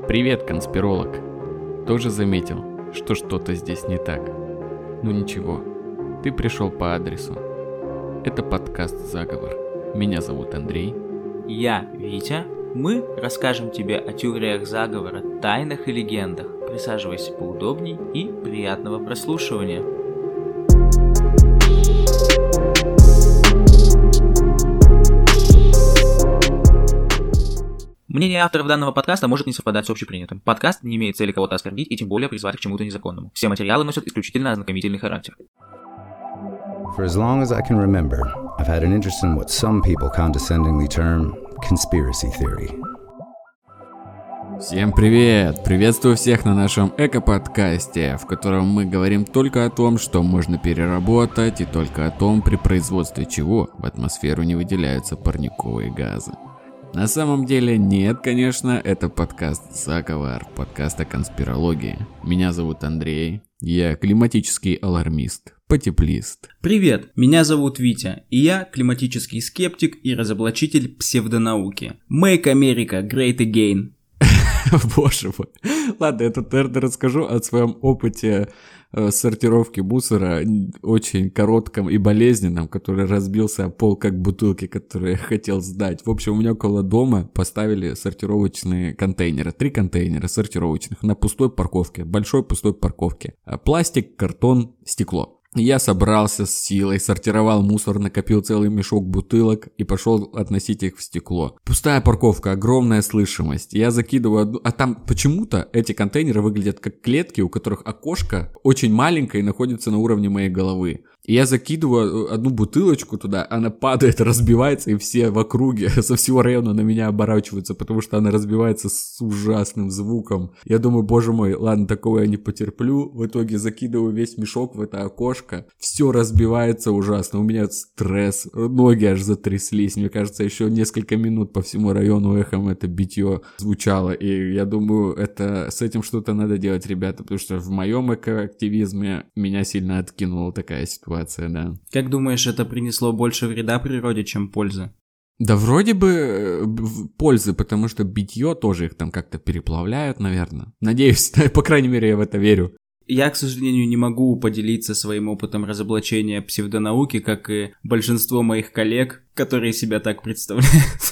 Привет, конспиролог. Тоже заметил, что что-то здесь не так. Ну ничего, ты пришел по адресу. Это подкаст «Заговор». Меня зовут Андрей. Я Витя. Мы расскажем тебе о теориях заговора, тайнах и легендах. Присаживайся поудобней и приятного прослушивания. Мнение авторов данного подкаста может не совпадать с общепринятым. Подкаст не имеет цели кого-то оскорбить и тем более призвать к чему-то незаконному. Все материалы носят исключительно ознакомительный характер. For as long as I can remember, I've had an interest in what some people condescendingly term conspiracy theory. Всем привет! Приветствую всех на нашем эко-подкасте, в котором мы говорим только о том, что можно переработать, и только о том, при производстве чего в атмосферу не выделяются парниковые газы. На самом деле нет, конечно, это подкаст «Заговор», подкаст о конспирологии. Меня зовут Андрей, я климатический алармист, потеплист. Привет, меня зовут Витя, и я климатический скептик и разоблачитель псевдонауки. Make America Great Again. Боже мой. Ладно, я тут, наверное, расскажу о своем опыте сортировки мусора, очень коротком и болезненном, который разбился о пол как бутылки, которые я хотел сдать. В общем, у меня около дома поставили сортировочные контейнеры. 3 контейнера сортировочных на пустой парковке, большой пустой парковке. Пластик, картон, стекло. Я собрался с силой, сортировал мусор, накопил целый мешок бутылок и пошел относить их в стекло. Пустая парковка, огромная слышимость. Я закидываю, а там почему-то эти контейнеры выглядят как клетки, у которых окошко очень маленькое и находится на уровне моей головы. И я закидываю одну бутылочку туда, она падает, разбивается, и все в округе со всего района на меня оборачиваются, потому что она разбивается с ужасным звуком. Я думаю, боже мой, ладно, такого я не потерплю. В итоге закидываю весь мешок в это окошко. Все разбивается ужасно. У меня стресс, ноги аж затряслись. Мне кажется, еще несколько минут по всему району эхом это битье звучало. И я думаю, с этим что-то надо делать, ребята, потому что в моем экоактивизме меня сильно откинула такая ситуация. Да. Как думаешь, это принесло больше вреда природе, чем пользы? Да вроде бы пользы, потому что битье тоже их там как-то переплавляют, наверное. Надеюсь, по крайней мере, я в это верю. Я, к сожалению, не могу поделиться своим опытом разоблачения псевдонауки, как и большинство моих коллег, которые себя так представляют.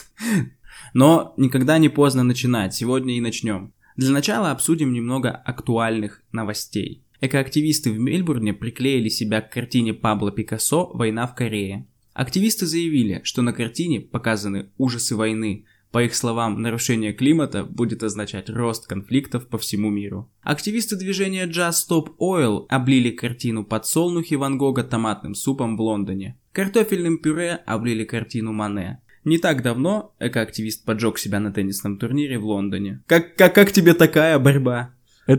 Но никогда не поздно начинать, сегодня и начнем. Для начала обсудим немного актуальных новостей. Экоактивисты в Мельбурне приклеили себя к картине Пабло Пикассо «Война в Корее». Активисты заявили, что на картине показаны ужасы войны. По их словам, нарушение климата будет означать рост конфликтов по всему миру. Активисты движения Just Stop Oil облили картину «Подсолнухи» Ван Гога томатным супом в Лондоне. Картофельным пюре облили картину Мане. Не так давно экоактивист поджег себя на теннисном турнире в Лондоне. Как тебе такая борьба?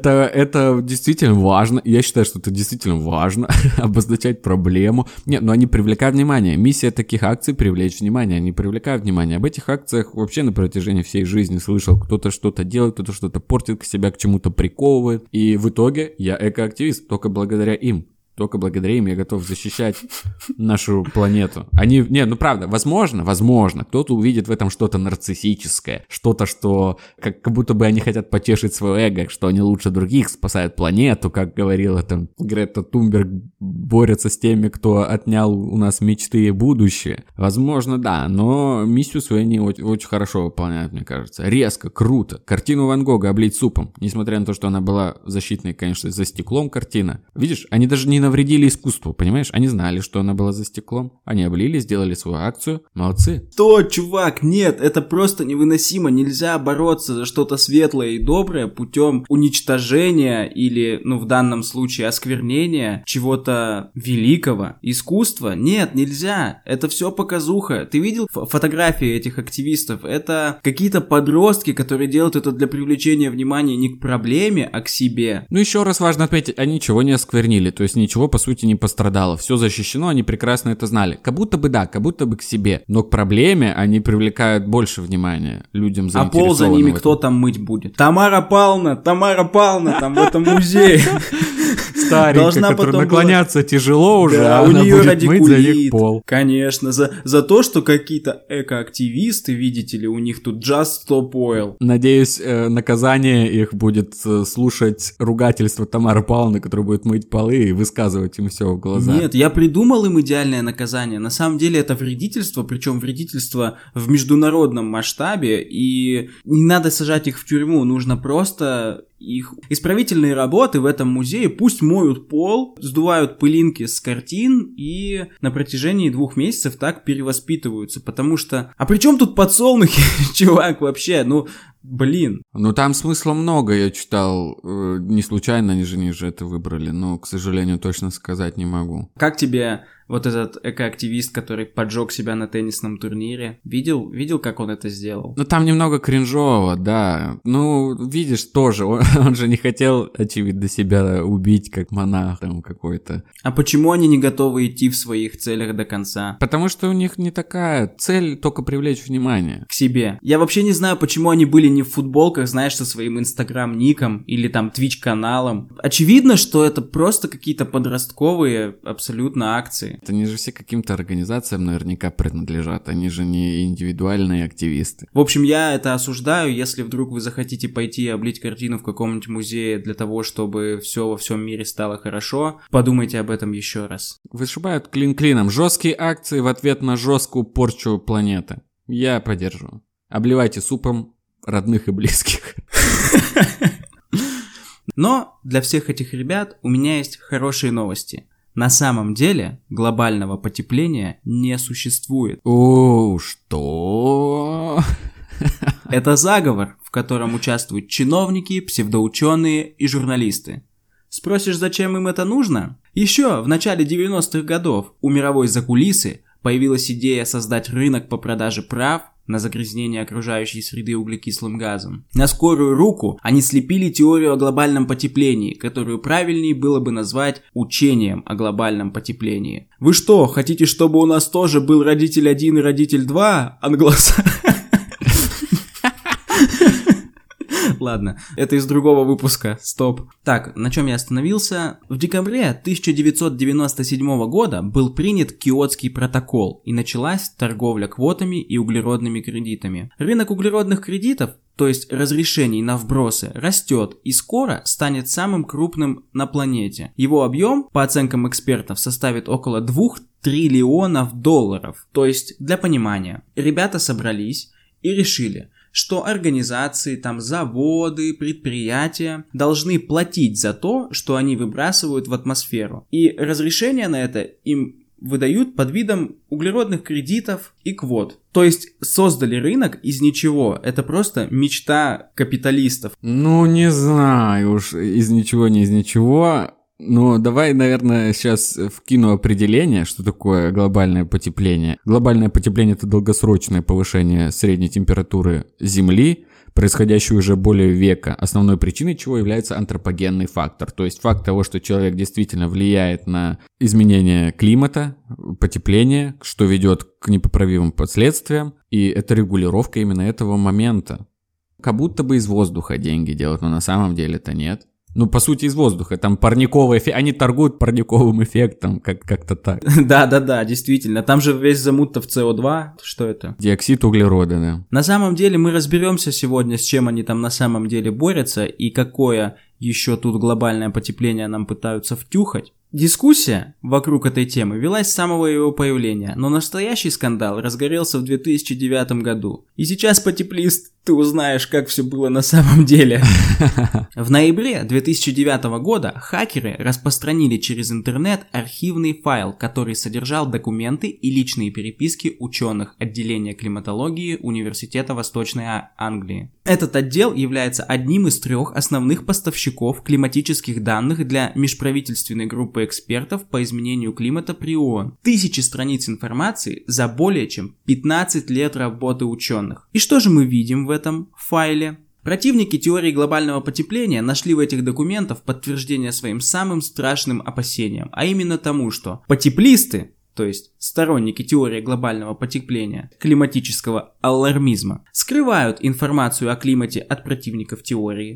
Это действительно важно. Я считаю, что это действительно важно обозначать проблему. Нет, но они привлекают внимание. Миссия таких акций — привлечь внимание. Они привлекают внимание. Об этих акциях вообще на протяжении всей жизни слышал. Кто-то что-то делает, кто-то что-то портит, себя к чему-то приковывает. И в итоге я экоактивист только благодаря им. Только благодаря им я готов защищать нашу планету. Правда, возможно, кто-то увидит в этом что-то нарциссическое, что-то, что как будто бы они хотят потешить свое эго, что они лучше других спасают планету, как говорила там Грета Тунберг, борются с теми, кто отнял у нас мечты и будущее. Возможно, да, но миссию свою они очень хорошо выполняют, мне кажется. Резко, круто. Картину Ван Гога облить супом, несмотря на то, что она была защитной, конечно, за стеклом картина. Видишь, они даже не навредили искусству, понимаешь? Они знали, что она была за стеклом. Они облили, сделали свою акцию. Молодцы. Что, чувак, нет, это просто невыносимо. Нельзя бороться за что-то светлое и доброе путем уничтожения или, в данном случае, осквернения чего-то великого. Искусства? Нет, нельзя. Это все показуха. Ты видел фотографии этих активистов? Это какие-то подростки, которые делают это для привлечения внимания не к проблеме, а к себе. Еще раз важно отметить, они ничего не осквернили, то есть ничего по сути не пострадало, все защищено, они прекрасно это знали. Как будто бы к себе, но к проблеме они привлекают больше внимания людям заинтересованным. А пол за ними кто там мыть будет? Тамара Павловна, там в этом музее. старенькая, которая наклоняться тяжело уже, да, а у она нее будет мыть за них радикулит. пол. Конечно, за то, что какие-то экоактивисты, видите ли, у них тут Just Stop Oil. Надеюсь, наказание их будет слушать ругательство Тамары Павловны, которая будет мыть полы и высказывать им все в глаза. Нет, я придумал им идеальное наказание. На самом деле это вредительство, причем вредительство в международном масштабе, и не надо сажать их в тюрьму, нужно просто их исправительные работы в этом музее пусть моют пол, сдувают пылинки с картин и на протяжении 2 месяцев так перевоспитываются, потому что... А при чем тут подсолнухи, чувак, вообще? Блин. Ну, там смысла много, я читал. Не случайно они же это выбрали, но, к сожалению, точно сказать не могу. Как тебе вот этот экоактивист, который поджег себя на теннисном турнире? Видел, как он это сделал? Ну, там немного кринжово, да. Ну, видишь, тоже. Он же не хотел, очевидно, себя убить, как монах там какой-то. А почему они не готовы идти в своих целях до конца? Потому что у них не такая цель, только привлечь внимание. К себе. Я вообще не знаю, почему они были не в футболках, знаешь, со своим инстаграм-ником или там твич-каналом. Очевидно, что это просто какие-то подростковые абсолютно акции. Они же все каким-то организациям наверняка принадлежат, они же не индивидуальные активисты. В общем, я это осуждаю, если вдруг вы захотите пойти и облить картину в каком-нибудь музее для того, чтобы все во всем мире стало хорошо, подумайте об этом еще раз. Вышибают клин клином. Жесткие акции в ответ на жесткую порчу планеты. Я поддерживаю. Обливайте супом родных и близких. Но для всех этих ребят у меня есть хорошие новости. На самом деле глобального потепления не существует. О, что? Это заговор, в котором участвуют чиновники, псевдоученые и журналисты. Спросишь, зачем им это нужно? Еще в начале 90-х годов у мировой закулисы появилась идея создать рынок по продаже прав на загрязнение окружающей среды углекислым газом. На скорую руку они слепили теорию о глобальном потеплении, которую правильнее было бы назвать учением о глобальном потеплении. Вы что, хотите, чтобы у нас тоже был родитель 1 и родитель 2? Ладно, это из другого выпуска, стоп. Так, на чем я остановился? В декабре 1997 года был принят Киотский протокол и началась торговля квотами и углеродными кредитами. Рынок углеродных кредитов, то есть разрешений на вбросы, растет и скоро станет самым крупным на планете. Его объем, по оценкам экспертов, составит около 2 триллионов долларов. То есть, для понимания, ребята собрались и решили, что организации, там заводы, предприятия должны платить за то, что они выбрасывают в атмосферу. И разрешение на это им выдают под видом углеродных кредитов и квот. То есть создали рынок из ничего. Это просто мечта капиталистов. Ну, не знаю уж, из ничего, не из ничего. Ну, давай, наверное, сейчас вкину определение, что такое глобальное потепление. Глобальное потепление – это долгосрочное повышение средней температуры Земли, происходящее уже более века, основной причиной чего является антропогенный фактор. То есть факт того, что человек действительно влияет на изменение климата, потепление, что ведет к непоправимым последствиям, и это регулировка именно этого момента. Как будто бы из воздуха деньги делают, но на самом деле это нет. Ну, по сути, из воздуха. Там парниковый эффект. Они торгуют парниковым эффектом, как-то так. Да, действительно. Там же весь замут-то в СО2. Что это? Диоксид углерода, да. На самом деле мы разберемся сегодня, с чем они там на самом деле борются и какое еще тут глобальное потепление нам пытаются втюхать. Дискуссия вокруг этой темы велась с самого его появления, но настоящий скандал разгорелся в 2009 году. И сейчас, потеплист, ты узнаешь, как все было на самом деле. В ноябре 2009 года хакеры распространили через интернет архивный файл, который содержал документы и личные переписки ученых отделения климатологии Университета Восточной Англии. Этот отдел является одним из 3 основных поставщиков климатических данных для межправительственной группы экспертов по изменению климата при ООН. 1000 страниц информации за более чем 15 лет работы ученых. И что же мы видим в этом файле? Противники теории глобального потепления нашли в этих документах подтверждение своим самым страшным опасениям, а именно тому, что потеплисты, то есть сторонники теории глобального потепления, климатического алармизма, скрывают информацию о климате от противников теории,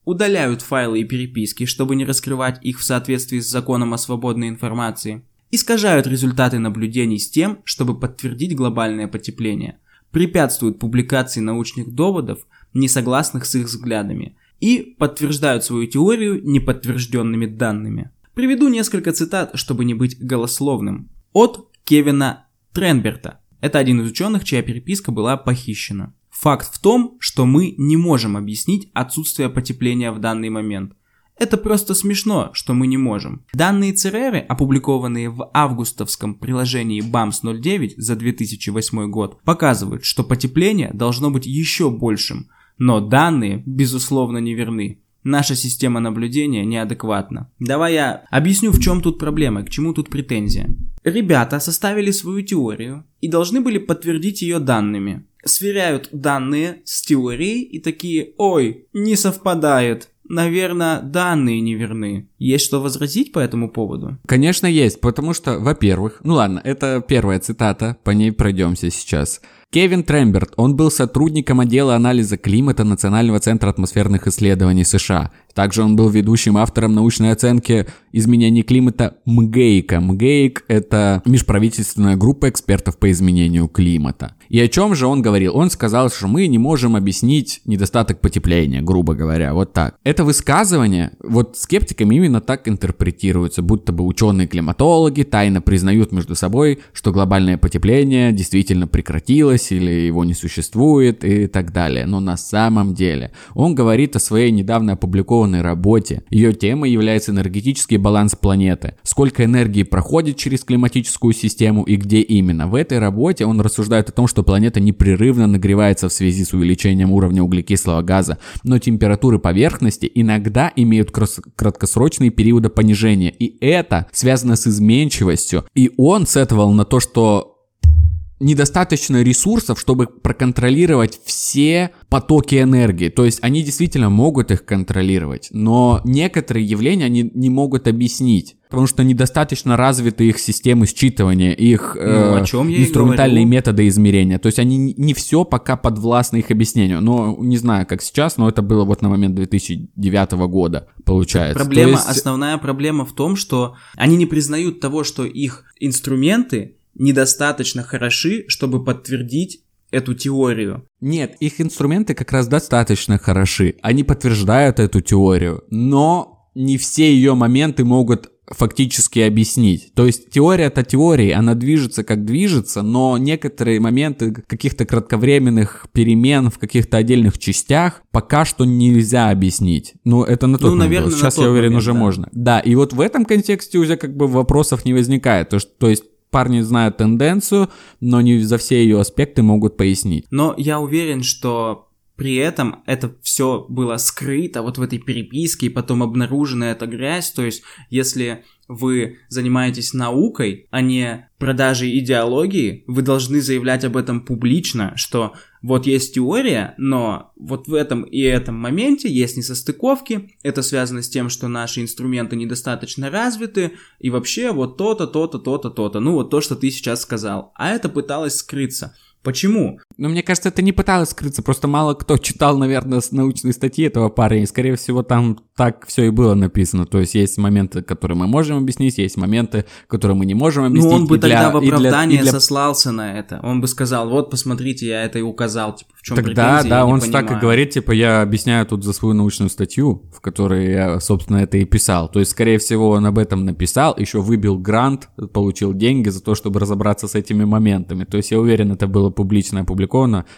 удаляют файлы и переписки, чтобы не раскрывать их в соответствии с законом о свободной информации, искажают результаты наблюдений с тем, чтобы подтвердить глобальное потепление, препятствуют публикации научных доводов, не согласных с их взглядами, и подтверждают свою теорию неподтвержденными данными. Приведу несколько цитат, чтобы не быть голословным. От Кевина Тренберта. Это один из ученых, чья переписка была похищена. Факт в том, что мы не можем объяснить отсутствие потепления в данный момент. Это просто смешно, что мы не можем. Данные ЦРР, опубликованные в августовском приложении BAMS-09 за 2008 год, показывают, что потепление должно быть еще большим, но данные, безусловно, неверны. Наша система наблюдения неадекватна. Давай я объясню, в чем тут проблема, к чему тут претензия. Ребята составили свою теорию и должны были подтвердить ее данными. Сверяют данные с теорией и такие: ой, не совпадает. Наверное, данные неверны. Есть что возразить по этому поводу? Конечно, есть, потому что, во-первых, ну ладно, это первая цитата, по ней пройдемся сейчас. Кевин Тренберт, он был сотрудником отдела анализа климата Национального центра атмосферных исследований США. Также он был ведущим автором научной оценки изменений климата МГЭИКа. МГЭИК – это межправительственная группа экспертов по изменению климата. И о чем же он говорил? Он сказал, что мы не можем объяснить недостаток потепления, грубо говоря, вот так. Это высказывание, вот скептиками именно так интерпретируется, будто бы ученые-климатологи тайно признают между собой, что глобальное потепление действительно прекратилось или его не существует и так далее. Но на самом деле он говорит о своей недавно опубликованной работе. Ее темой является энергетический баланс планеты. Сколько энергии проходит через климатическую систему и где именно. В этой работе он рассуждает о том, что планета непрерывно нагревается в связи с увеличением уровня углекислого газа, но температуры поверхности иногда имеют краткосрочные периоды понижения, и это связано с изменчивостью. И он сетовал на то, что недостаточно ресурсов, чтобы проконтролировать все потоки энергии. То есть они действительно могут их контролировать, но некоторые явления они не могут объяснить, потому что недостаточно развиты их системы считывания, их инструментальные методы измерения. То есть они не все пока подвластны их объяснению. Но не знаю, как сейчас, но это было вот на момент 2009 года, получается. Основная проблема в том, что они не признают того, что их инструменты недостаточно хороши, чтобы подтвердить эту теорию. Нет, их инструменты как раз достаточно хороши. Они подтверждают эту теорию, но не все ее моменты могут фактически объяснить. То есть теория-то теория, она движется как движется, но некоторые моменты каких-то кратковременных перемен в каких-то отдельных частях пока что нельзя объяснить. Ну, это на тот момент. Наверное, сейчас, я уверен, уже можно. Да, и вот в этом контексте уже как бы вопросов не возникает. То есть парни знают тенденцию, но не за все ее аспекты могут пояснить. Но я уверен, что при этом это все было скрыто вот в этой переписке, и потом обнаружена эта грязь. То есть, если вы занимаетесь наукой, а не продажей идеологии, вы должны заявлять об этом публично, что вот есть теория, но вот в этом и этом моменте есть несостыковки, это связано с тем, что наши инструменты недостаточно развиты, и вообще вот то-то, то-то, то-то, то-то, ну вот то, что ты сейчас сказал. А это пыталось скрыться. Почему? Ну, мне кажется, это не пыталось скрыться, просто мало кто читал, наверное, научные статьи этого парня, и, скорее всего, там так все и было написано. То есть есть моменты, которые мы можем объяснить, есть моменты, которые мы не можем объяснить. Ну, он бы тогда в оправдание сослался на это. Он бы сказал: вот, посмотрите, я это и указал, типа, в чем претензия, да, он так и говорит, типа, я объясняю тут за свою научную статью, в которой я, собственно, это и писал. То есть, скорее всего, он об этом написал, еще выбил грант, получил деньги за то, чтобы разобраться с этими моментами. То есть, я уверен, это было публично опубликовано,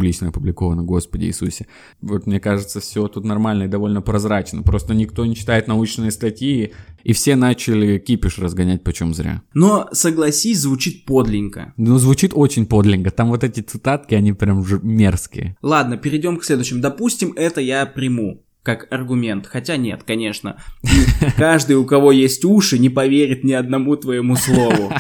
Господи Иисусе. Вот, мне кажется, все тут нормально и довольно прозрачно. Просто никто не читает научные статьи, и все начали кипиш разгонять почем зря. Но, согласись, звучит подленько. Ну, звучит очень подленько. Там вот эти цитатки, они прям мерзкие. Ладно, перейдем к следующему. Допустим, это я приму как аргумент. Хотя нет, конечно. Каждый, у кого есть уши, не поверит ни одному твоему слову.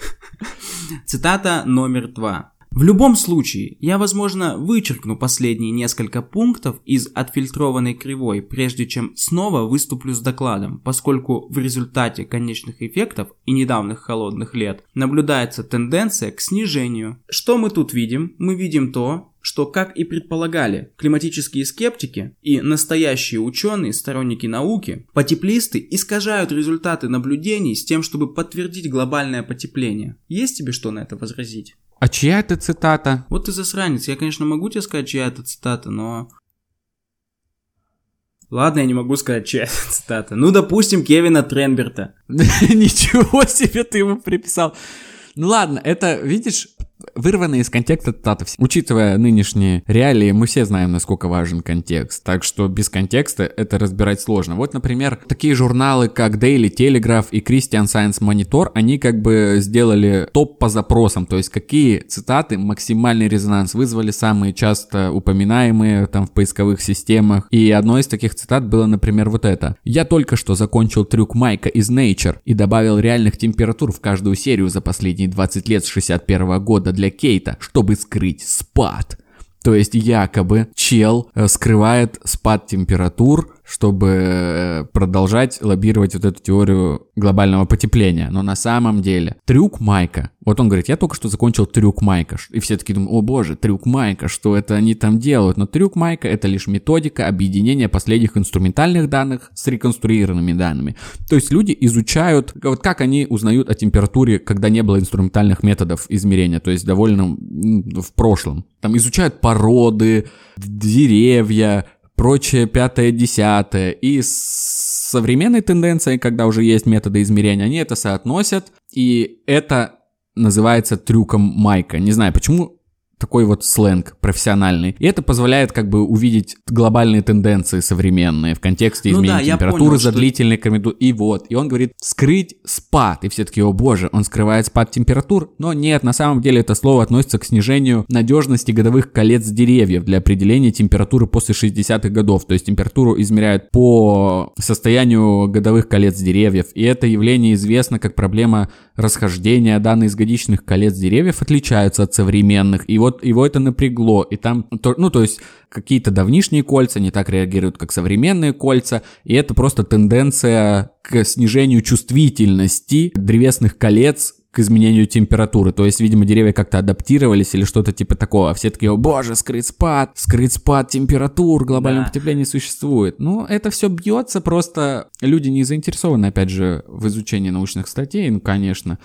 Цитата номер 2. В любом случае, я, возможно, вычеркну последние несколько пунктов из отфильтрованной кривой, прежде чем снова выступлю с докладом, поскольку в результате конечных эффектов и недавних холодных лет наблюдается тенденция к снижению. Что мы тут видим? Мы видим то, что, как и предполагали климатические скептики и настоящие ученые, сторонники науки, потеплисты искажают результаты наблюдений с тем, чтобы подтвердить глобальное потепление. Есть тебе что на это возразить? А чья это цитата? Вот ты засранец. Я, конечно, могу тебе сказать, чья это цитата, но... Ладно, я не могу сказать, чья это цитата. Ну, допустим, Кевина Тренберта. Ничего себе ты ему приписал. Ну ладно, это, видишь, вырванные из контекста цитаты. Учитывая нынешние реалии, мы все знаем, насколько важен контекст. Так что без контекста это разбирать сложно. Вот, например, такие журналы, как Daily Telegraph и Christian Science Monitor, они как бы сделали топ по запросам. То есть, какие цитаты максимальный резонанс вызвали, самые часто упоминаемые там в поисковых системах. И одной из таких цитат было, например, вот это. «Я только что закончил трюк Майка из Nature и добавил реальных температур в каждую серию за последние 20 лет с 61 года для Кейта, чтобы скрыть спад». То есть якобы чел скрывает спад температур, чтобы продолжать лоббировать вот эту теорию глобального потепления. Но на самом деле трюк Майка, вот он говорит, я только что закончил трюк Майка. И все такие думают, о боже, трюк Майка, что это они там делают? Но трюк Майка — это лишь методика объединения последних инструментальных данных с реконструированными данными. То есть люди изучают, вот как они узнают о температуре, когда не было инструментальных методов измерения, то есть довольно в прошлом. Там изучают породы, деревья, прочее, пятое-десятое. И с современной тенденцией, когда уже есть методы измерения, они это соотносят, и это называется трюком Майка. Не знаю, почему такой вот сленг профессиональный. И это позволяет как бы увидеть глобальные тенденции современные в контексте изменения температуры за длительный комеду. И вот, и он говорит скрыть спад. И все такие, о боже, он скрывает спад температур. Но нет, на самом деле это слово относится к снижению надежности годовых колец деревьев для определения температуры после 60-х годов. То есть температуру измеряют по состоянию годовых колец деревьев. И это явление известно как проблема расхождения. Данные из годичных колец деревьев отличаются от современных. И вот его это напрягло, и там, ну, то есть какие-то давнишние кольца не так реагируют, как современные кольца, и это просто тенденция к снижению чувствительности древесных колец к изменению температуры. То есть, видимо, деревья как-то адаптировались или что-то типа такого. А все такие, о боже, скрыть спад температур, глобальное потепление существует. Ну, это все бьется, просто люди не заинтересованы, опять же, в изучении научных статей, ну, конечно.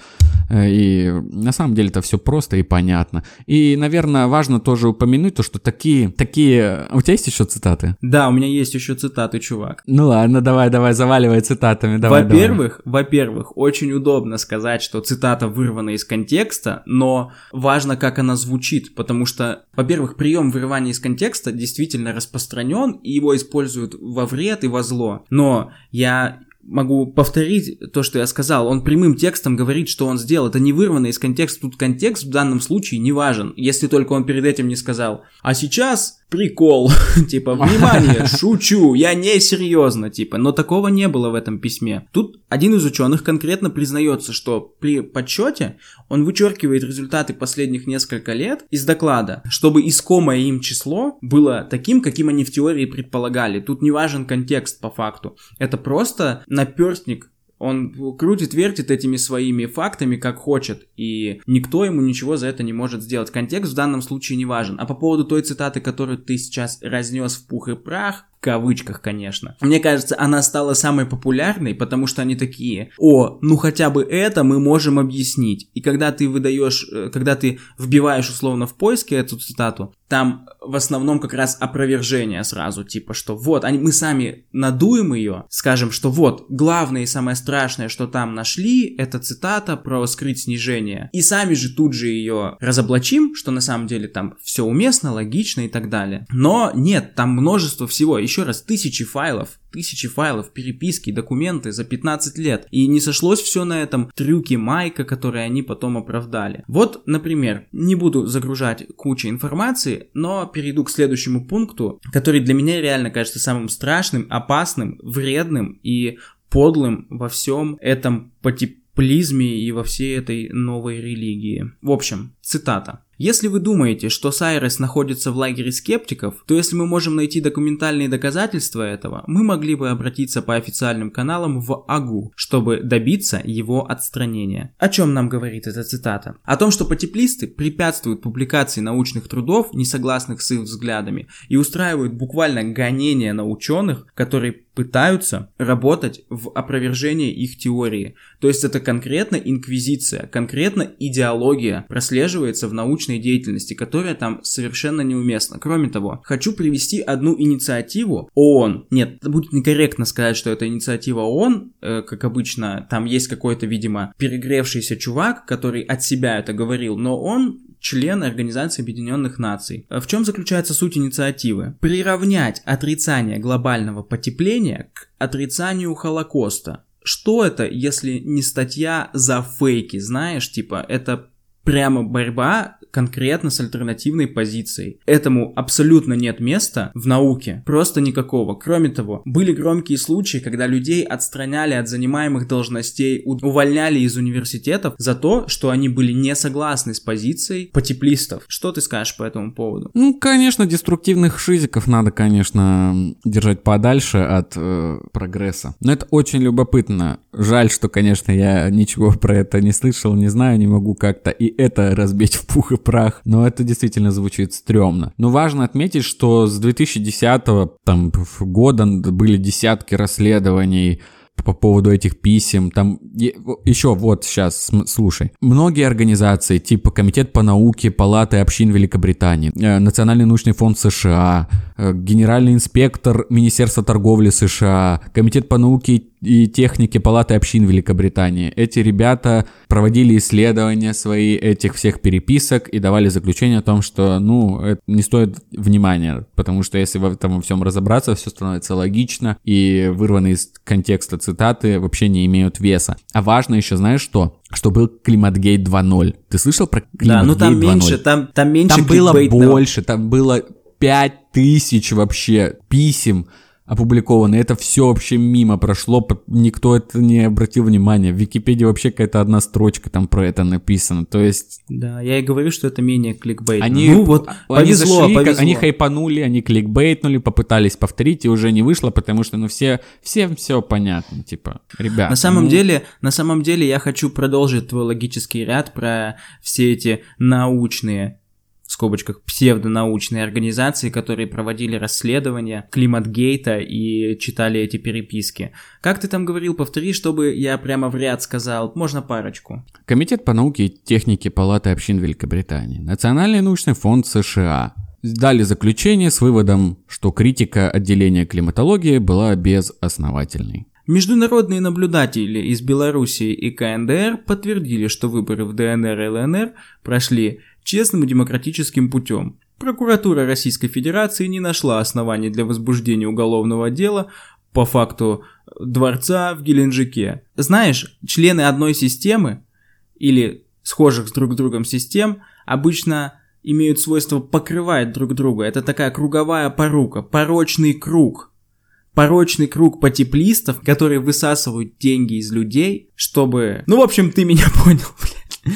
И на самом деле это все просто и понятно. И, наверное, важно тоже упомянуть то, что такие... У тебя есть еще цитаты? Да, у меня есть еще цитаты, чувак. Ну ладно, давай, заваливай цитатами. Во-первых, очень удобно сказать, что цитата вырвана из контекста, но важно, как она звучит, потому что, во-первых, прием вырывания из контекста действительно распространен, и его используют во вред и во зло. Но я могу повторить то, что я сказал. Он прямым текстом говорит, что он сделал. Это не вырвано из контекста. Тут контекст в данном случае не важен, если только он перед этим не сказал: а сейчас прикол, типа, внимание, шучу, я не серьезно, типа, но такого не было в этом письме. Тут один из ученых конкретно признается, что при подсчете он вычеркивает результаты последних нескольких лет из доклада, чтобы искомое им число было таким, каким они в теории предполагали. Тут не важен контекст по факту. Это просто наперстник. Он крутит-вертит этими своими фактами, как хочет, и никто ему ничего за это не может сделать. Контекст в данном случае не важен. А по поводу той цитаты, которую ты сейчас разнес в пух и прах, в кавычках, конечно, мне кажется, она стала самой популярной, потому что они такие: о, ну хотя бы это мы можем объяснить. И когда ты вбиваешь условно в поиске эту цитату, там в основном как раз опровержение сразу, типа, что вот, мы сами надуем ее, скажем, что вот, главное и самое страшное, что там нашли, это цитата про скрыть снижение. И сами же тут же ее разоблачим, что на самом деле там все уместно, логично и так далее. Но нет, там множество всего. Еще раз, тысячи файлов, переписки, документы за 15 лет. И не сошлось все на этом трюке Майка, который они потом оправдали. Вот, например, не буду загружать кучу информации, но перейду к следующему пункту, который для меня реально кажется самым страшным, опасным, вредным и подлым во всем этом потеплизме и во всей этой новой религии. В общем, Цитата. «Если вы думаете, что Сайрес находится в лагере скептиков, то если мы можем найти документальные доказательства этого, мы могли бы обратиться по официальным каналам в АГУ, чтобы добиться его отстранения». О чем нам говорит эта цитата? О том, что потеплисты препятствуют публикации научных трудов, не согласных с их взглядами, и устраивают буквально гонения на ученых, которые пытаются работать в опровержение их теории. То есть это конкретно инквизиция, конкретно идеология прослеживается в научной деятельности, которая там совершенно неуместна. Кроме того, хочу привести одну инициативу ООН. Нет, это будет некорректно сказать, что это инициатива ООН, как обычно, там есть какой-то, видимо, перегревшийся чувак, который от себя это говорил, но он член Организации Объединенных Наций. В чем заключается суть инициативы? Приравнять отрицание глобального потепления к отрицанию Холокоста. Что это, если не статья за фейки, знаешь, типа, это прямо борьба конкретно с альтернативной позицией. Этому абсолютно нет места в науке, просто никакого. Кроме того, были громкие случаи, когда людей отстраняли от занимаемых должностей, увольняли из университетов за то, что они были не согласны с позицией потеплистов. Что ты скажешь по этому поводу? Ну, конечно, деструктивных шизиков надо, конечно, держать подальше от прогресса. Но это очень любопытно. Жаль, что, конечно, я ничего про это не слышал, не знаю, не могу как-то и это разбить в пух и прах, но это действительно звучит стрёмно. Но важно отметить, что с 2010 года были десятки расследований по поводу этих писем, там еще вот сейчас, слушай, многие организации, типа Комитет по науке Палаты общин Великобритании, Национальный научный фонд США, Генеральный инспектор Министерства торговли США, Комитет по науке и технике Палаты общин Великобритании. Эти ребята проводили исследования свои этих всех переписок и давали заключение о том, что, это не стоит внимания, потому что если в этом всем разобраться, все становится логично, и вырванные из контекста цитаты вообще не имеют веса. А важно еще, знаешь что? Что был Климатгейт 2.0. Ты слышал про Климатгейт 2.0? Да, там меньше, там меньше. Там было больше, там было 5000 вообще писем опубликованы. Это все вообще мимо прошло, никто это не обратил внимания. В Википедии вообще какая-то одна строчка там про это написана, то есть... Да, я и говорю, что это менее кликбейтно. Они повезло. Они хайпанули, они кликбейтнули, попытались повторить, и уже не вышло, потому что, всем все понятно, типа, ребят. На самом деле я хочу продолжить твой логический ряд про все эти научные, в скобочках, псевдонаучные организации, которые проводили расследования Климатгейта и читали эти переписки. Как ты там говорил, повтори, чтобы я прямо в ряд сказал, можно парочку. Комитет по науке и технике Палаты общин Великобритании, Национальный научный фонд США дали заключение с выводом, что критика отделения климатологии была безосновательной. Международные наблюдатели из Белоруссии и КНДР подтвердили, что выборы в ДНР и ЛНР прошли честным и демократическим путем. Прокуратура Российской Федерации не нашла оснований для возбуждения уголовного дела по факту дворца в Геленджике. Знаешь, члены одной системы или схожих с друг другом систем обычно имеют свойство покрывать друг друга. Это такая круговая порука, порочный круг. Порочный круг потеплистов, которые высасывают деньги из людей, чтобы... в общем, ты меня понял, блядь.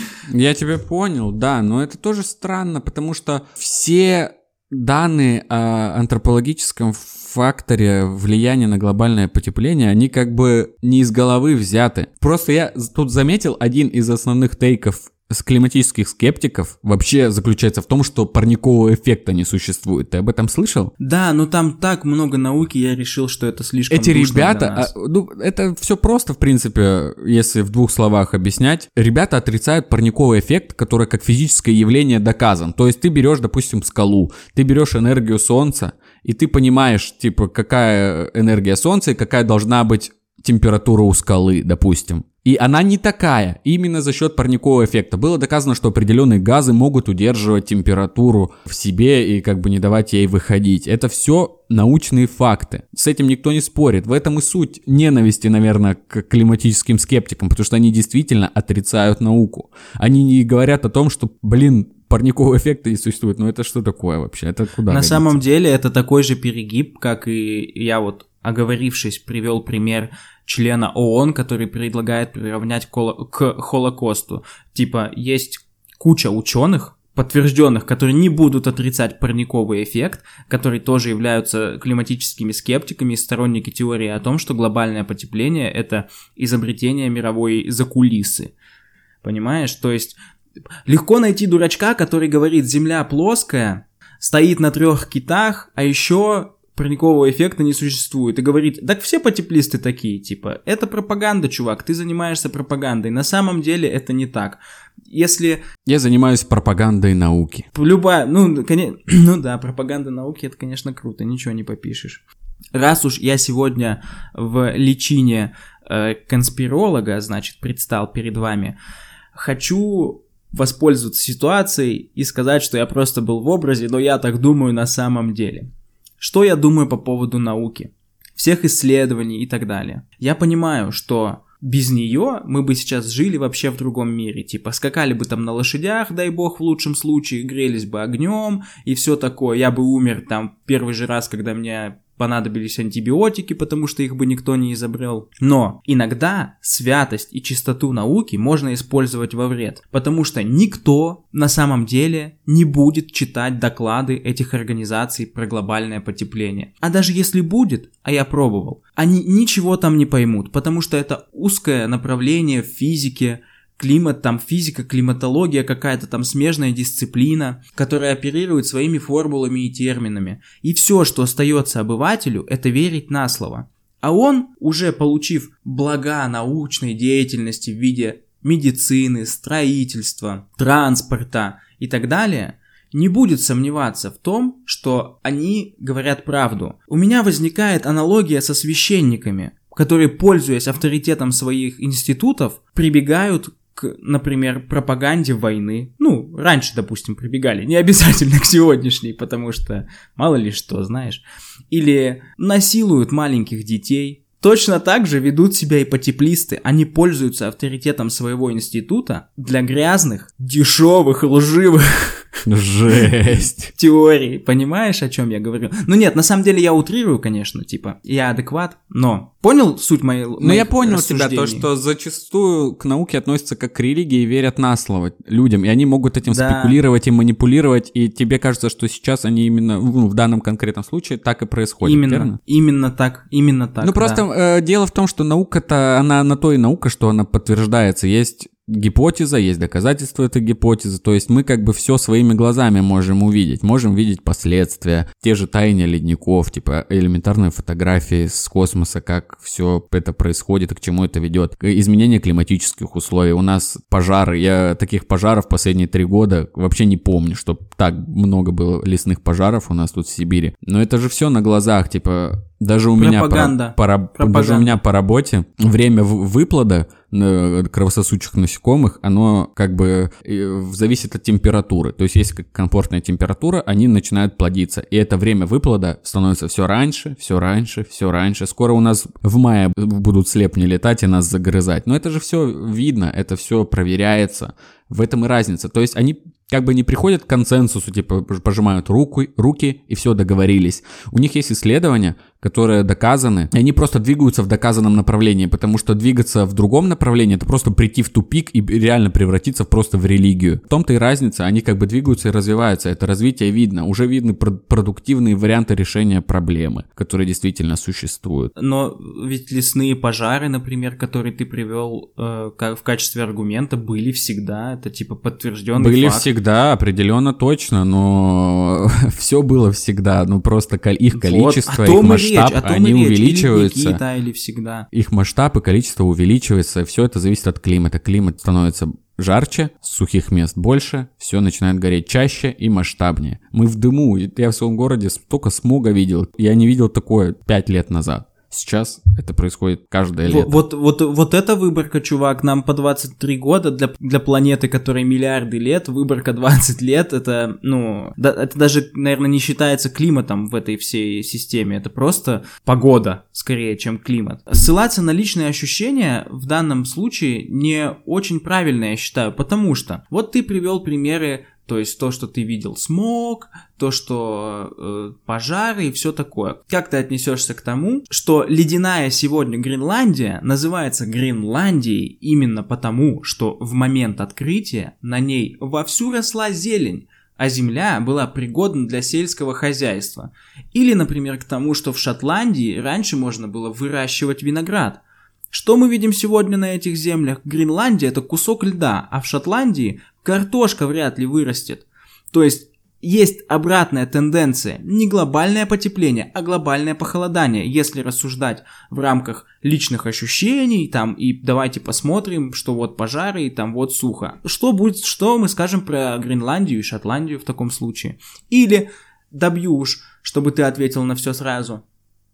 Я тебя понял, да, но это тоже странно, потому что все данные о антропологическом факторе влияния на глобальное потепление, они как бы не из головы взяты. Просто я тут заметил один из основных тейков с климатических скептиков вообще заключается в том, что парникового эффекта не существует. Ты об этом слышал? Да, но там так много науки, я решил, что это слишком эти душно ребята, для нас. Это все просто, в принципе, если в двух словах объяснять. Ребята отрицают парниковый эффект, который как физическое явление доказан. То есть ты берешь, допустим, скалу, ты берешь энергию солнца, и ты понимаешь, типа, какая энергия солнца и какая должна быть температура у скалы, допустим. И она не такая, именно за счет парникового эффекта. Было доказано, что определенные газы могут удерживать температуру в себе и как бы не давать ей выходить. Это все научные факты. С этим никто не спорит. В этом и суть ненависти, наверное, к климатическим скептикам, потому что они действительно отрицают науку. Они не говорят о том, что, парникового эффекта не существует. Но это что такое вообще? Это куда На годится? самом деле это такой же перегиб, как и я оговорившись, привел пример члена ООН, который предлагает приравнять к Холокосту. Типа, есть куча ученых, подтвержденных, которые не будут отрицать парниковый эффект, которые тоже являются климатическими скептиками и сторонники теории о том, что глобальное потепление – это изобретение мировой закулисы. Понимаешь? То есть легко найти дурачка, который говорит, Земля плоская, стоит на 3 китах, а еще парникового эффекта не существует. И говорит, так все потеплисты такие, типа, это пропаганда, чувак, ты занимаешься пропагандой. На самом деле это не так. Если... Я занимаюсь пропагандой науки. Любая, пропаганда науки, это, конечно, круто, ничего не попишешь. Раз уж я сегодня в личине конспиролога, значит, предстал перед вами, хочу воспользоваться ситуацией и сказать, что я просто был в образе, но я так думаю на самом деле. Что я думаю по поводу науки, всех исследований и так далее? Я понимаю, что без нее мы бы сейчас жили вообще в другом мире, типа скакали бы там на лошадях, дай бог, в лучшем случае, грелись бы огнем и все такое. Я бы умер там первый же раз, когда мне понадобились антибиотики, потому что их бы никто не изобрел. Но иногда святость и чистоту науки можно использовать во вред, потому что никто на самом деле не будет читать доклады этих организаций про глобальное потепление. А даже если будет, а я пробовал, они ничего там не поймут, потому что это узкое направление в физике, климат, там физика, климатология, какая-то там смежная дисциплина, которая оперирует своими формулами и терминами. И все, что остается обывателю, это верить на слово. А он, уже получив блага научной деятельности в виде медицины, строительства, транспорта и так далее, не будет сомневаться в том, что они говорят правду. У меня возникает аналогия со священниками, которые, пользуясь авторитетом своих институтов, прибегают к, например, пропаганде войны. Ну, раньше, допустим, прибегали, не обязательно к сегодняшней, потому что мало ли что, знаешь. Или насилуют маленьких детей. Точно так же ведут себя и потеплисты. Они пользуются авторитетом своего института для грязных, дешевых, лживых Жесть. теорий. Понимаешь, о чем я говорю? Ну нет, на самом деле я утрирую, конечно, типа, я адекват, но... Понял суть моей Ну я понял тебя, то, что зачастую к науке относятся как к религии и верят на слово людям, и они могут этим спекулировать и манипулировать, и тебе кажется, что сейчас они именно, в данном конкретном случае так и происходит, верно? Именно так. Ну просто дело в том, что наука-то, она на то и наука, что она подтверждается, есть гипотеза, есть доказательства этой гипотезы, то есть мы как бы все своими глазами можем увидеть, можем видеть последствия, те же таяния ледников, типа элементарные фотографии с космоса, как все это происходит и к чему это ведет, изменение климатических условий, у нас пожары, я таких пожаров последние 3 года вообще не помню, что так много было лесных пожаров у нас тут в Сибири, но это же все на глазах, типа даже у меня даже у меня по работе время выплода кровососущих насекомых, оно как бы зависит от температуры. То есть, если комфортная температура, они начинают плодиться. И это время выплода становится все раньше. Скоро у нас в мае будут слепни летать и нас загрызать. Но это же все видно, это все проверяется. В этом и разница. То есть, они как бы не приходят к консенсусу, типа пожимают руки и все, договорились. У них есть исследования, которые доказаны, и они просто двигаются в доказанном направлении, потому что двигаться в другом направлении — это просто прийти в тупик и реально превратиться просто в религию. В том-то и разница, они как бы двигаются и развиваются, это развитие видно, уже видны продуктивные варианты решения проблемы, которые действительно существуют. Но ведь лесные пожары, например, которые ты привел в качестве аргумента, были всегда, это типа подтвержденный были факт. Всегда, определенно, но все было всегда, ну просто их количество, их масштаб, они увеличиваются. Или всегда. Их масштаб и количество увеличивается, все это зависит от климата. Климат становится жарче, сухих мест больше, все начинает гореть чаще и масштабнее. Мы в дыму, я в своем городе столько смога видел, я не видел такое 5 лет назад. Сейчас это происходит каждое лето. Вот эта выборка, чувак, нам по 23 года для планеты, которой миллиарды лет, выборка 20 лет, это, это даже, наверное, не считается климатом в этой всей системе, это просто погода, скорее, чем климат. Ссылаться на личные ощущения в данном случае не очень правильно, я считаю, потому что вот ты привел примеры То есть то, что ты видел смог, то, что пожары и все такое. Как ты отнесешься к тому, что ледяная сегодня Гренландия называется Гренландией именно потому, что в момент открытия на ней вовсю росла зелень, а земля была пригодна для сельского хозяйства. Или, например, к тому, что в Шотландии раньше можно было выращивать виноград. Что мы видим сегодня на этих землях? Гренландия – это кусок льда, а в Шотландии картошка вряд ли вырастет. То есть обратная тенденция, не глобальное потепление, а глобальное похолодание, если рассуждать в рамках личных ощущений, там, и давайте посмотрим, что вот пожары, и там вот сухо. Что мы скажем про Гренландию и Шотландию в таком случае? Или, добью уж, чтобы ты ответил на все сразу.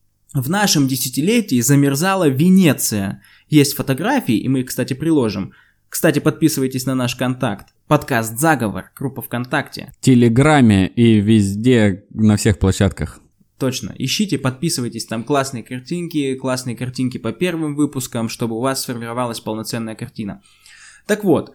В нашем десятилетии замерзала Венеция. Есть фотографии, и мы их, кстати, приложим. Кстати, подписывайтесь на наш контакт. Подкаст «Заговор», группа ВКонтакте. В Телеграме и везде, на всех площадках. Точно. Ищите, подписывайтесь, там классные картинки по первым выпускам, чтобы у вас сформировалась полноценная картина. Так вот,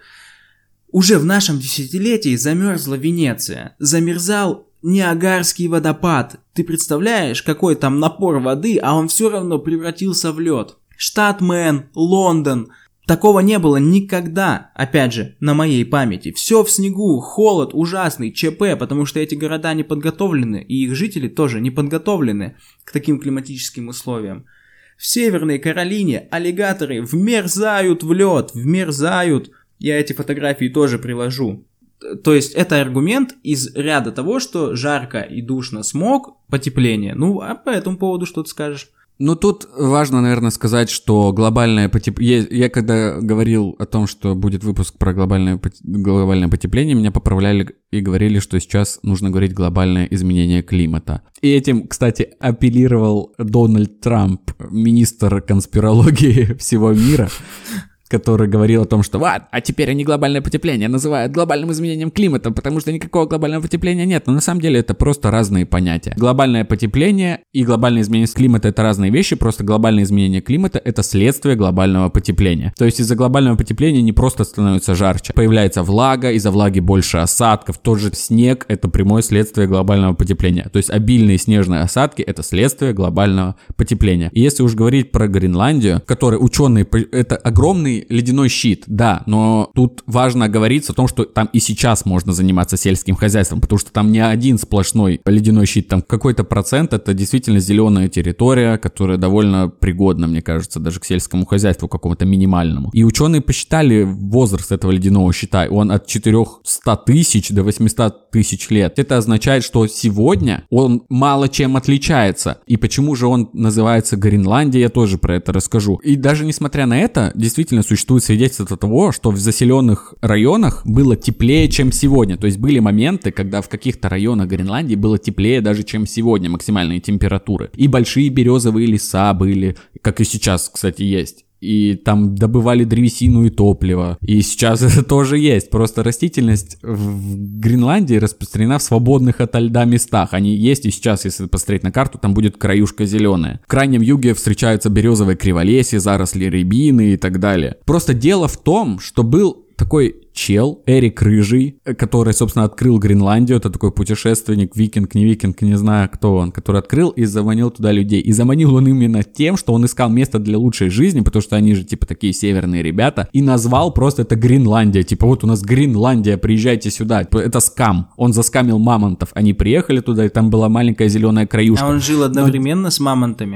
уже в нашем десятилетии замерзла Венеция. Замерзал Ниагарский водопад. Ты представляешь, какой там напор воды, а он все равно превратился в лед. Штат Мэн, Лондон. Такого не было никогда, опять же, на моей памяти. Все в снегу, холод ужасный, ЧП, потому что эти города не подготовлены, и их жители тоже не подготовлены к таким климатическим условиям. В Северной Каролине аллигаторы вмерзают в лед, вмерзают. Я эти фотографии тоже приложу. То есть это аргумент из ряда того, что жарко и душно, смог, потепление. Ну, а по этому поводу что ты скажешь? Ну, тут важно, наверное, сказать, что глобальное потепление... Я когда говорил о том, что будет выпуск про глобальное потепление, меня поправляли и говорили, что сейчас нужно говорить глобальное изменение климата. И этим, кстати, апеллировал Дональд Трамп, министр конспирологии всего мира, который говорил о том, что а теперь они глобальное потепление называют глобальным изменением климата, потому что никакого глобального потепления нет. Но на самом деле это просто разные понятия. Глобальное потепление и глобальное изменение климата — это разные вещи, просто глобальное изменение климата — это следствие глобального потепления. То есть из-за глобального потепления не просто становится жарче. Появляется влага, из-за влаги больше осадков. Тот же снег — это прямое следствие глобального потепления. То есть обильные снежные осадки — это следствие глобального потепления. И если уж говорить про Гренландию, который ученые... Это огромный ледяной щит, да, но тут важно говорить о том, что там и сейчас можно заниматься сельским хозяйством, потому что там не один сплошной ледяной щит, там какой-то процент это действительно зеленая территория, которая довольно пригодна, мне кажется, даже к сельскому хозяйству какому-то минимальному. И ученые посчитали возраст этого ледяного щита, он от 400 тысяч до 800 тысяч лет. Это означает, что сегодня он мало чем отличается. И почему же он называется Гренландия, я тоже про это расскажу. И даже несмотря на это, действительно существует свидетельство того, что в заселенных районах было теплее, чем сегодня. То есть были моменты, когда в каких-то районах Гренландии было теплее даже, чем сегодня, максимальные температуры. И большие березовые леса были, как и сейчас, кстати, есть. И там добывали древесину и топливо. И сейчас это тоже есть. Просто растительность в Гренландии распространена в свободных ото льда местах. Они есть и сейчас, если посмотреть на карту, там будет краюшка зеленая. В крайнем юге встречаются березовые криволесья, заросли рябины и так далее. Просто дело в том, что был такой чел, Эрик Рыжий, который, собственно, открыл Гренландию. Это такой путешественник, викинг, не знаю, кто он, который открыл и заманил туда людей. И заманил он именно тем, что он искал место для лучшей жизни, потому что они же, типа, такие северные ребята, и назвал просто это Гренландия. Типа, вот у нас Гренландия, приезжайте сюда. Это скам. Он заскамил мамонтов. Они приехали туда, и там была маленькая зеленая краюшка. А он жил одновременно с мамонтами?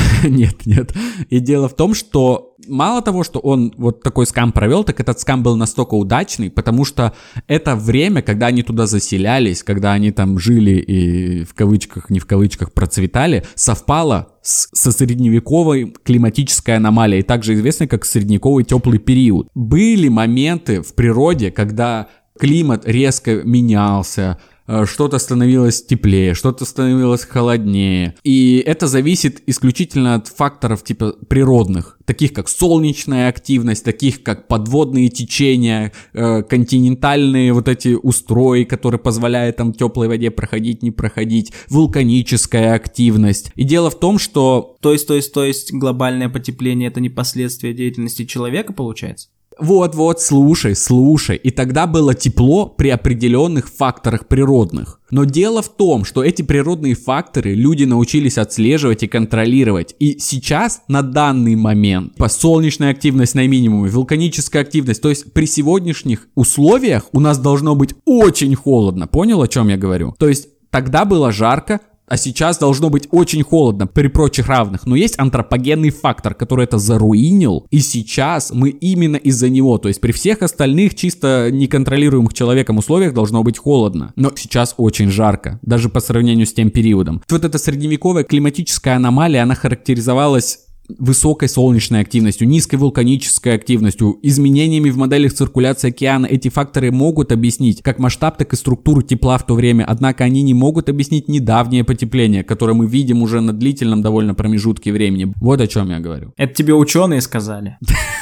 Нет. И дело в том, что мало того, что он вот такой скам провел, так этот скам был настолько удачный, потому что это время, когда они туда заселялись, когда они там жили и в кавычках, не в кавычках процветали, совпало со средневековой климатической аномалией, также известной как средневековый теплый период. Были моменты в природе, когда климат резко менялся, что-то становилось теплее, что-то становилось холоднее. И это зависит исключительно от факторов типа природных, таких как солнечная активность, таких как подводные течения, континентальные вот эти устрои, которые позволяют там теплой воде проходить, не проходить, вулканическая активность. И дело в том, что... То есть глобальное потепление — это не последствия деятельности человека, получается? Вот, слушай. И тогда было тепло при определенных факторах природных. Но дело в том, что эти природные факторы люди научились отслеживать и контролировать. И сейчас, на данный момент, солнечная активность на минимуме, вулканическая активность, то есть при сегодняшних условиях у нас должно быть очень холодно. Понял, о чем я говорю? То есть тогда было жарко, а сейчас должно быть очень холодно при прочих равных. Но есть антропогенный фактор, который это заруинил. И сейчас мы именно из-за него, то есть при всех остальных чисто неконтролируемых человеком условиях должно быть холодно. Но сейчас очень жарко, даже по сравнению с тем периодом. Вот эта средневековая климатическая аномалия, она характеризовалась высокой солнечной активностью, низкой вулканической активностью, изменениями в моделях циркуляции океана. Эти факторы могут объяснить как масштаб, так и структуру тепла в то время, однако они не могут объяснить недавнее потепление, которое мы видим уже на длительном довольно промежутке времени. Вот о чем я говорю. Это тебе ученые сказали?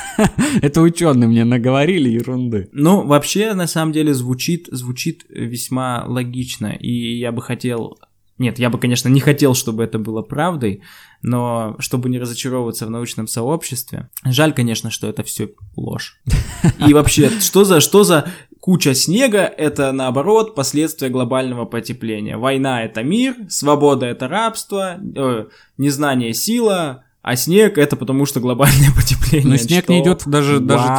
Это ученые мне наговорили ерунды. Ну, вообще, на самом деле, звучит весьма логично, и я бы хотел... Нет, я бы, конечно, не хотел, чтобы это было правдой, но чтобы не разочаровываться в научном сообществе, жаль, конечно, что это все ложь. И вообще, что за куча снега, это, наоборот, последствия глобального потепления. Война – это мир, свобода – это рабство, незнание – сила, а снег это потому что глобальное потепление. Но снег не идет даже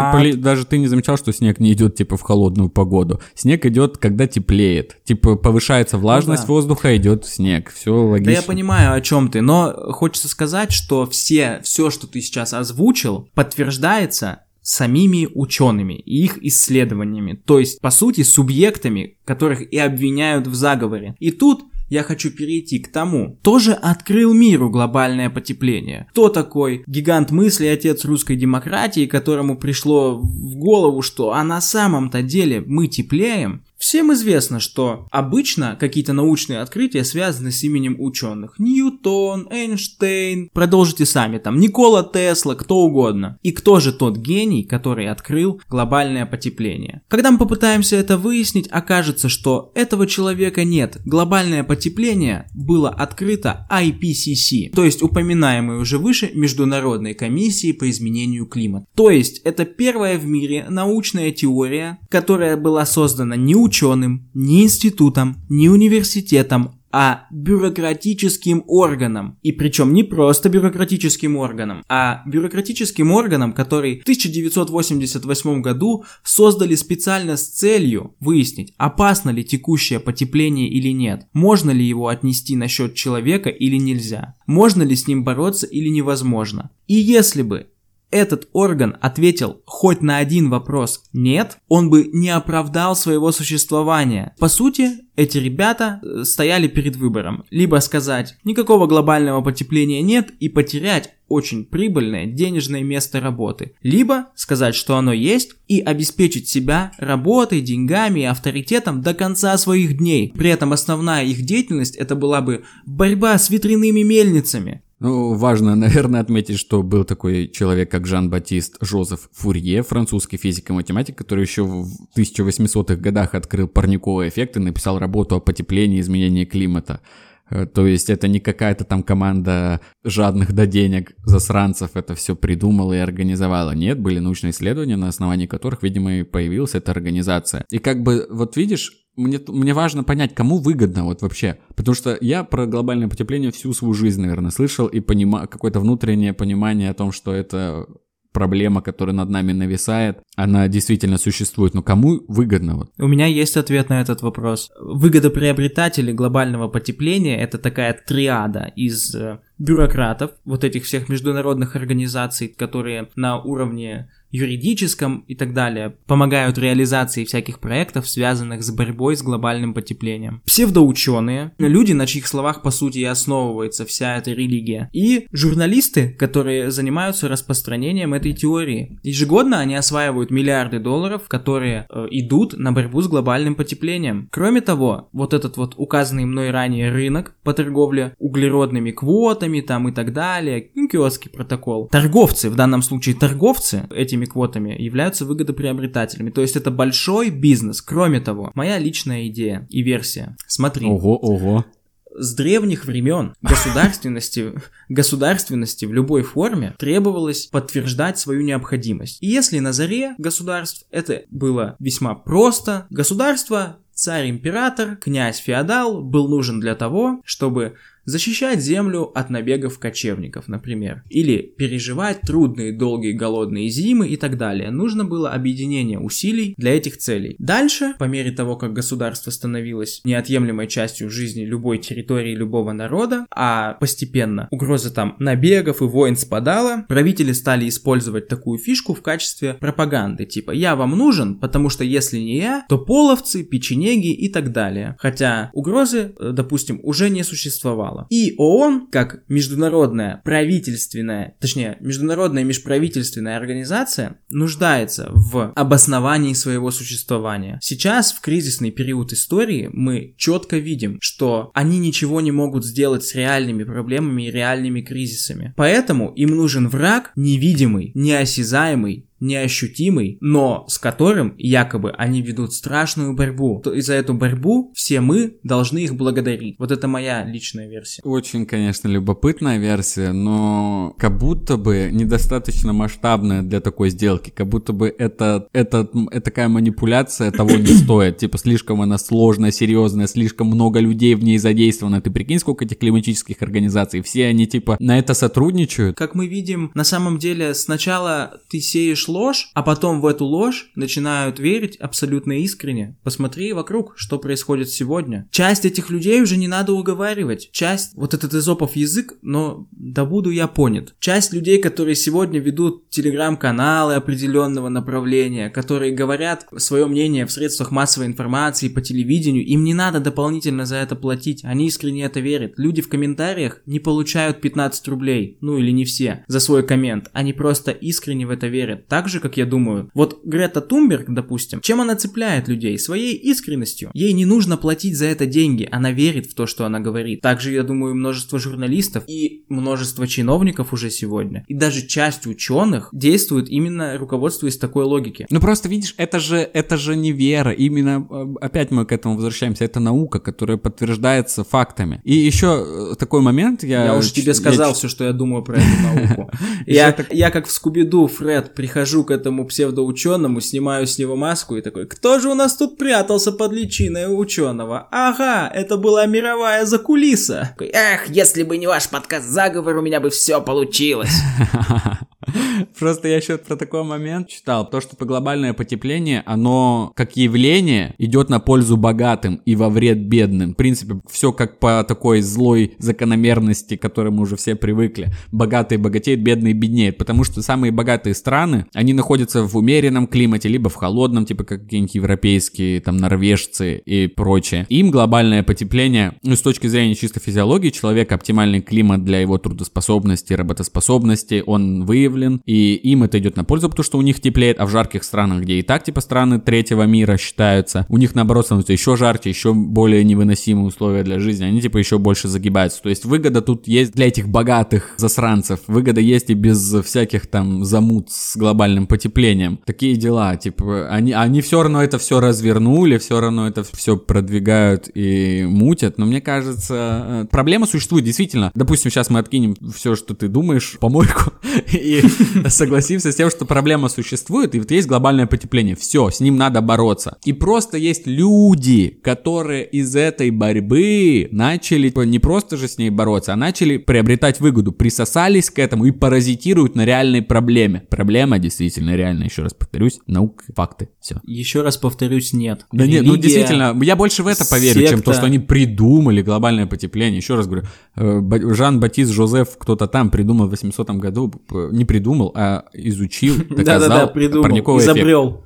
ты не замечал, что снег не идет типа в холодную погоду. Снег идет, когда теплеет. Типа повышается влажность воздуха, идет снег. Все логично. Да я понимаю, о чем ты, но хочется сказать, что все, что ты сейчас озвучил, подтверждается самими учеными и их исследованиями. То есть, по сути, субъектами, которых и обвиняют в заговоре. И тут я хочу перейти к тому, кто же открыл миру глобальное потепление? Кто такой гигант мысли, отец русской демократии, которому пришло в голову, что на самом-то деле мы теплеем? Всем известно, что обычно какие-то научные открытия связаны с именем ученых. Ньютон, Эйнштейн, продолжите сами, там, Никола Тесла, кто угодно. И кто же тот гений, который открыл глобальное потепление? Когда мы попытаемся это выяснить, окажется, что этого человека нет. Глобальное потепление было открыто IPCC, то есть упоминаемой уже выше Международной комиссией по изменению климата. То есть это первая в мире научная теория, которая была создана не ученым, не институтом, не университетом, а бюрократическим органом. И причем не просто бюрократическим органом, а бюрократическим органом, который в 1988 году создали специально с целью выяснить, опасно ли текущее потепление или нет, можно ли его отнести на счет человека или нельзя, можно ли с ним бороться или невозможно. И если бы этот орган ответил хоть на один вопрос «нет», он бы не оправдал своего существования. По сути, эти ребята стояли перед выбором. Либо сказать «никакого глобального потепления нет» и потерять очень прибыльное денежное место работы. Либо сказать, что оно есть, и обеспечить себя работой, деньгами и авторитетом до конца своих дней. При этом основная их деятельность это была бы борьба с ветряными мельницами. Ну, важно, наверное, отметить, что был такой человек, как Жан-Батист Жозеф Фурье, французский физик и математик, который еще в 1800-х годах открыл парниковый эффект и написал работу о потеплении и изменении климата. То есть это не какая-то там команда жадных до денег засранцев это все придумала и организовала. Нет, были научные исследования, на основании которых, видимо, и появилась эта организация. И как бы, вот видишь, мне важно понять, кому выгодно вот вообще. Потому что я про глобальное потепление всю свою жизнь, наверное, слышал и какое-то внутреннее понимание о том, что это проблема, которая над нами нависает, она действительно существует. Но кому выгодно? Вот? У меня есть ответ на этот вопрос. Выгодоприобретатели глобального потепления – это такая триада из бюрократов, вот этих всех международных организаций, которые на уровне юридическом и так далее помогают реализации всяких проектов, связанных с борьбой с глобальным потеплением. Псевдоученые, люди, на чьих словах по сути и основывается вся эта религия, и журналисты, которые занимаются распространением этой теории. Ежегодно они осваивают миллиарды долларов, которые идут на борьбу с глобальным потеплением. Кроме того, вот этот вот указанный мной ранее рынок по торговле углеродными квотами там и так далее, Киотский протокол. Торговцы, в данном случае торговцы этими квотами являются выгодоприобретателями. То есть это большой бизнес. Кроме того, моя личная идея и версия. Смотри. Ого. с древних времен государственности в любой форме требовалось подтверждать свою необходимость. И если на заре государств это было весьма просто, государство, царь-император, князь-феодал был нужен для того, чтобы защищать землю от набегов кочевников, например, или переживать трудные, долгие, голодные зимы и так далее. Нужно было объединение усилий для этих целей. Дальше, по мере того, как государство становилось неотъемлемой частью жизни любой территории, любого народа, а постепенно угроза там набегов и войн спадала, правители стали использовать такую фишку в качестве пропаганды, типа «я вам нужен, потому что если не я, то половцы, печенеги и так далее». Хотя угрозы, допустим, уже не существовало. И ООН, как международная межправительственная организация, нуждается в обосновании своего существования. Сейчас, в кризисный период истории, мы четко видим, что они ничего не могут сделать с реальными проблемами и реальными кризисами. Поэтому им нужен враг невидимый, неосязаемый, неощутимый, но с которым якобы они ведут страшную борьбу. И за эту борьбу все мы должны их благодарить. Вот это моя личная версия. Очень, конечно, любопытная версия, но как будто бы недостаточно масштабная для такой сделки. Как будто бы это такая манипуляция того не стоит. Типа слишком она сложная, серьезная, слишком много людей в ней задействовано. Ты прикинь, сколько этих климатических организаций. Все они типа на это сотрудничают. Как мы видим, на самом деле сначала ты сеешь ложь, а потом в эту ложь начинают верить абсолютно искренне. Посмотри вокруг, что происходит сегодня. Часть этих людей уже не надо уговаривать. Часть, вот этот эзопов язык, но да буду я понят. Часть людей, которые сегодня ведут телеграм-каналы определенного направления, которые говорят свое мнение в средствах массовой информации, по телевидению, им не надо дополнительно за это платить. Они искренне это верят. Люди в комментариях не получают 15 рублей, ну или не все, за свой коммент. Они просто искренне в это верят. Так же, как я думаю, вот Грета Тунберг, допустим, чем она цепляет людей? Своей искренностью. Ей не нужно платить за это деньги, она верит в то, что она говорит. Также, я думаю, множество журналистов и множество чиновников уже сегодня, и даже часть ученых действуют именно руководствуясь такой логики. Ну просто видишь, это же не вера, именно, опять мы к этому возвращаемся, это наука, которая подтверждается фактами. И еще такой момент, я уж тебе сказал все, что я думаю про эту науку. Я как в Скуби-Ду, Фред, прихожу к этому псевдоученому, снимаю с него маску и такой: кто же у нас тут прятался под личиной ученого? Ага, это была мировая закулиса. Эх, если бы не ваш подкаст «Заговор», у меня бы все получилось. Просто я еще про такой момент читал, то, что глобальное потепление, оно как явление идет на пользу богатым и во вред бедным. В принципе, все как по такой злой закономерности, к которой мы уже все привыкли. Богатые богатеют, бедные беднеют, потому что самые богатые страны, они находятся в умеренном климате, либо в холодном, типа как какие-нибудь европейские, там, норвежцы и прочее. Им глобальное потепление, ну, с точки зрения чисто физиологии человека, оптимальный климат для его трудоспособности, работоспособности, он выявлен, и им это идет на пользу, потому что у них теплеет, а в жарких странах, где и так, типа, страны третьего мира считаются, у них, наоборот, становится еще жарче, еще более невыносимые условия для жизни, они, типа, еще больше загибаются. То есть выгода тут есть для этих богатых засранцев, выгода есть и без всяких там замут с глобальным потеплением. Такие дела, типа, они все равно это все развернули, все равно это все продвигают и мутят, но мне кажется, проблема существует действительно. Допустим, сейчас мы откинем все, что ты думаешь, помойку, и согласимся с тем, что проблема существует, и вот есть глобальное потепление. Все, с ним надо бороться. И просто есть люди, которые из этой борьбы начали не просто же с ней бороться, а начали приобретать выгоду, присосались к этому и паразитируют на реальной проблеме. Проблема действительно реальная, еще раз повторюсь, наука, факты, все. Еще раз повторюсь, нет. Да нет, ну действительно, я больше в это поверю, чем то, что они придумали глобальное потепление. Еще раз говорю, Жан-Батист Жозеф, кто-то там придумал в 800 году, не придумал, а изучил, доказал парниковый эффект.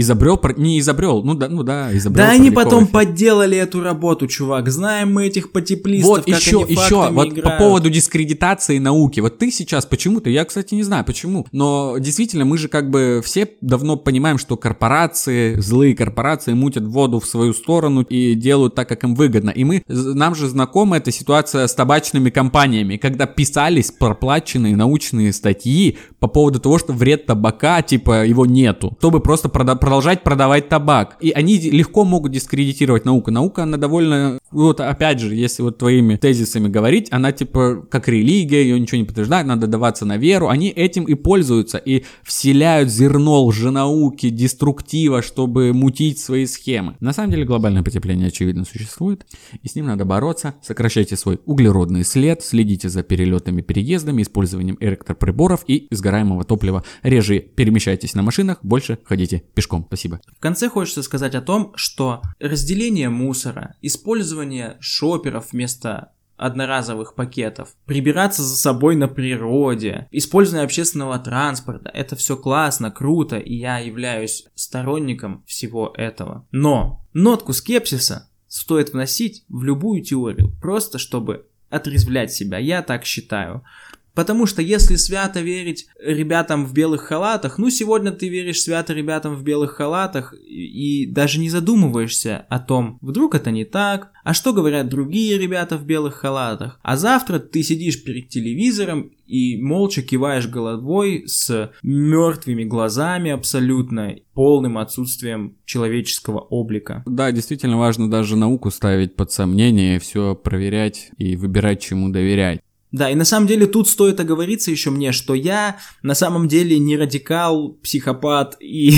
Не изобрел, изобрел. Да они потом подделали эту работу, чувак. Знаем мы этих потеплистов, вот как еще, они фактами вот играют. По поводу дискредитации науки. Вот ты сейчас почему-то, я, кстати, не знаю почему, но действительно мы же как бы все давно понимаем, что корпорации, злые корпорации мутят воду в свою сторону и делают так, как им выгодно. И нам же знакома эта ситуация с табачными компаниями, когда писались проплаченные научные статьи по поводу того, что вред табака, типа, его нету, чтобы просто продолжать продавать табак. И они легко могут дискредитировать науку. Наука, она довольно Вот опять же, если вот твоими тезисами говорить, она типа как религия, ее ничего не подтверждает, надо даваться на веру, они этим и пользуются, и вселяют зерно лженауки, деструктива, чтобы мутить свои схемы. На самом деле глобальное потепление очевидно существует, и с ним надо бороться. Сокращайте свой углеродный след, следите за перелетами, переездами, использованием электроприборов и сгораемого топлива. Реже перемещайтесь на машинах, больше ходите пешком. Спасибо. В конце хочется сказать о том, что разделение мусора, использование шоперов вместо одноразовых пакетов, прибираться за собой на природе, использование общественного транспорта, это все классно, круто, и я являюсь сторонником всего этого. Но нотку скепсиса стоит вносить в любую теорию, просто чтобы отрезвлять себя, я так считаю. Потому что если свято верить ребятам в белых халатах, ну сегодня ты веришь свято ребятам в белых халатах и даже не задумываешься о том, вдруг это не так, а что говорят другие ребята в белых халатах, а завтра ты сидишь перед телевизором и молча киваешь головой с мертвыми глазами абсолютно, полным отсутствием человеческого облика. Да, действительно важно даже науку ставить под сомнение, все проверять и выбирать, чему доверять. Да, и на самом деле тут стоит оговориться еще мне, что я на самом деле не радикал, психопат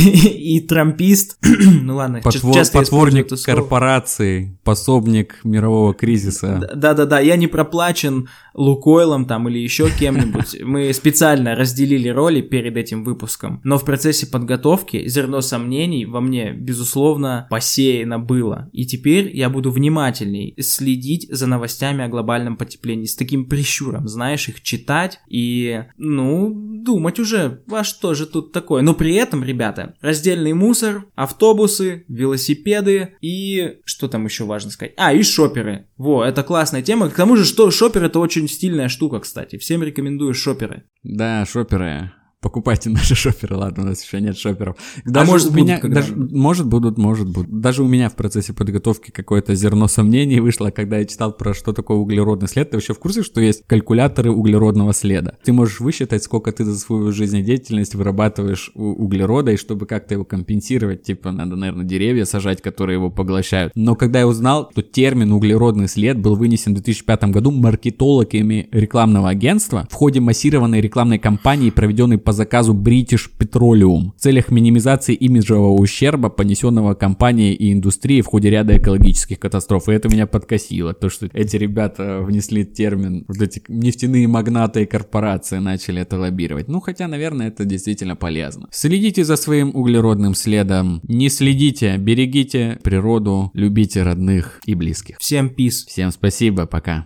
и трампист. Ну ладно, часто потворник корпорации, пособник мирового кризиса. Да-да-да, я не проплачен Лукойлом там или еще кем-нибудь. Мы специально разделили роли перед этим выпуском. Но в процессе подготовки зерно сомнений во мне, безусловно, посеяно было. И теперь я буду внимательней следить за новостями о глобальном потеплении с таким прищуром. Знаешь, их читать и, думать уже, а что же тут такое. Но при этом, ребята, раздельный мусор, автобусы, велосипеды и что там еще важно сказать? И шоперы. Это классная тема. К тому же, что шопер — это очень стильная штука, кстати. Всем рекомендую шоперы. Да, шоперы. Покупайте наши шоперы, ладно, у нас еще нет шоперов. Даже может, будут, может быть. Даже у меня в процессе подготовки какое-то зерно сомнений вышло, когда я читал про что такое углеродный след. Ты вообще в курсе, что есть калькуляторы углеродного следа? Ты можешь высчитать, сколько ты за свою жизнедеятельность вырабатываешь углерода, и чтобы как-то его компенсировать, надо, наверное, деревья сажать, которые его поглощают. Но когда я узнал, что термин углеродный след был вынесен в 2005 году маркетологами рекламного агентства в ходе массированной рекламной кампании, проведенной по заказу British Petroleum в целях минимизации имиджевого ущерба, понесенного компанией и индустрией в ходе ряда экологических катастроф. И это меня подкосило, то, что эти ребята внесли термин, эти нефтяные магнаты и корпорации начали это лоббировать. Хотя, наверное, это действительно полезно. Следите за своим углеродным следом. Не следите, берегите природу, любите родных и близких. Всем peace. Всем спасибо, пока.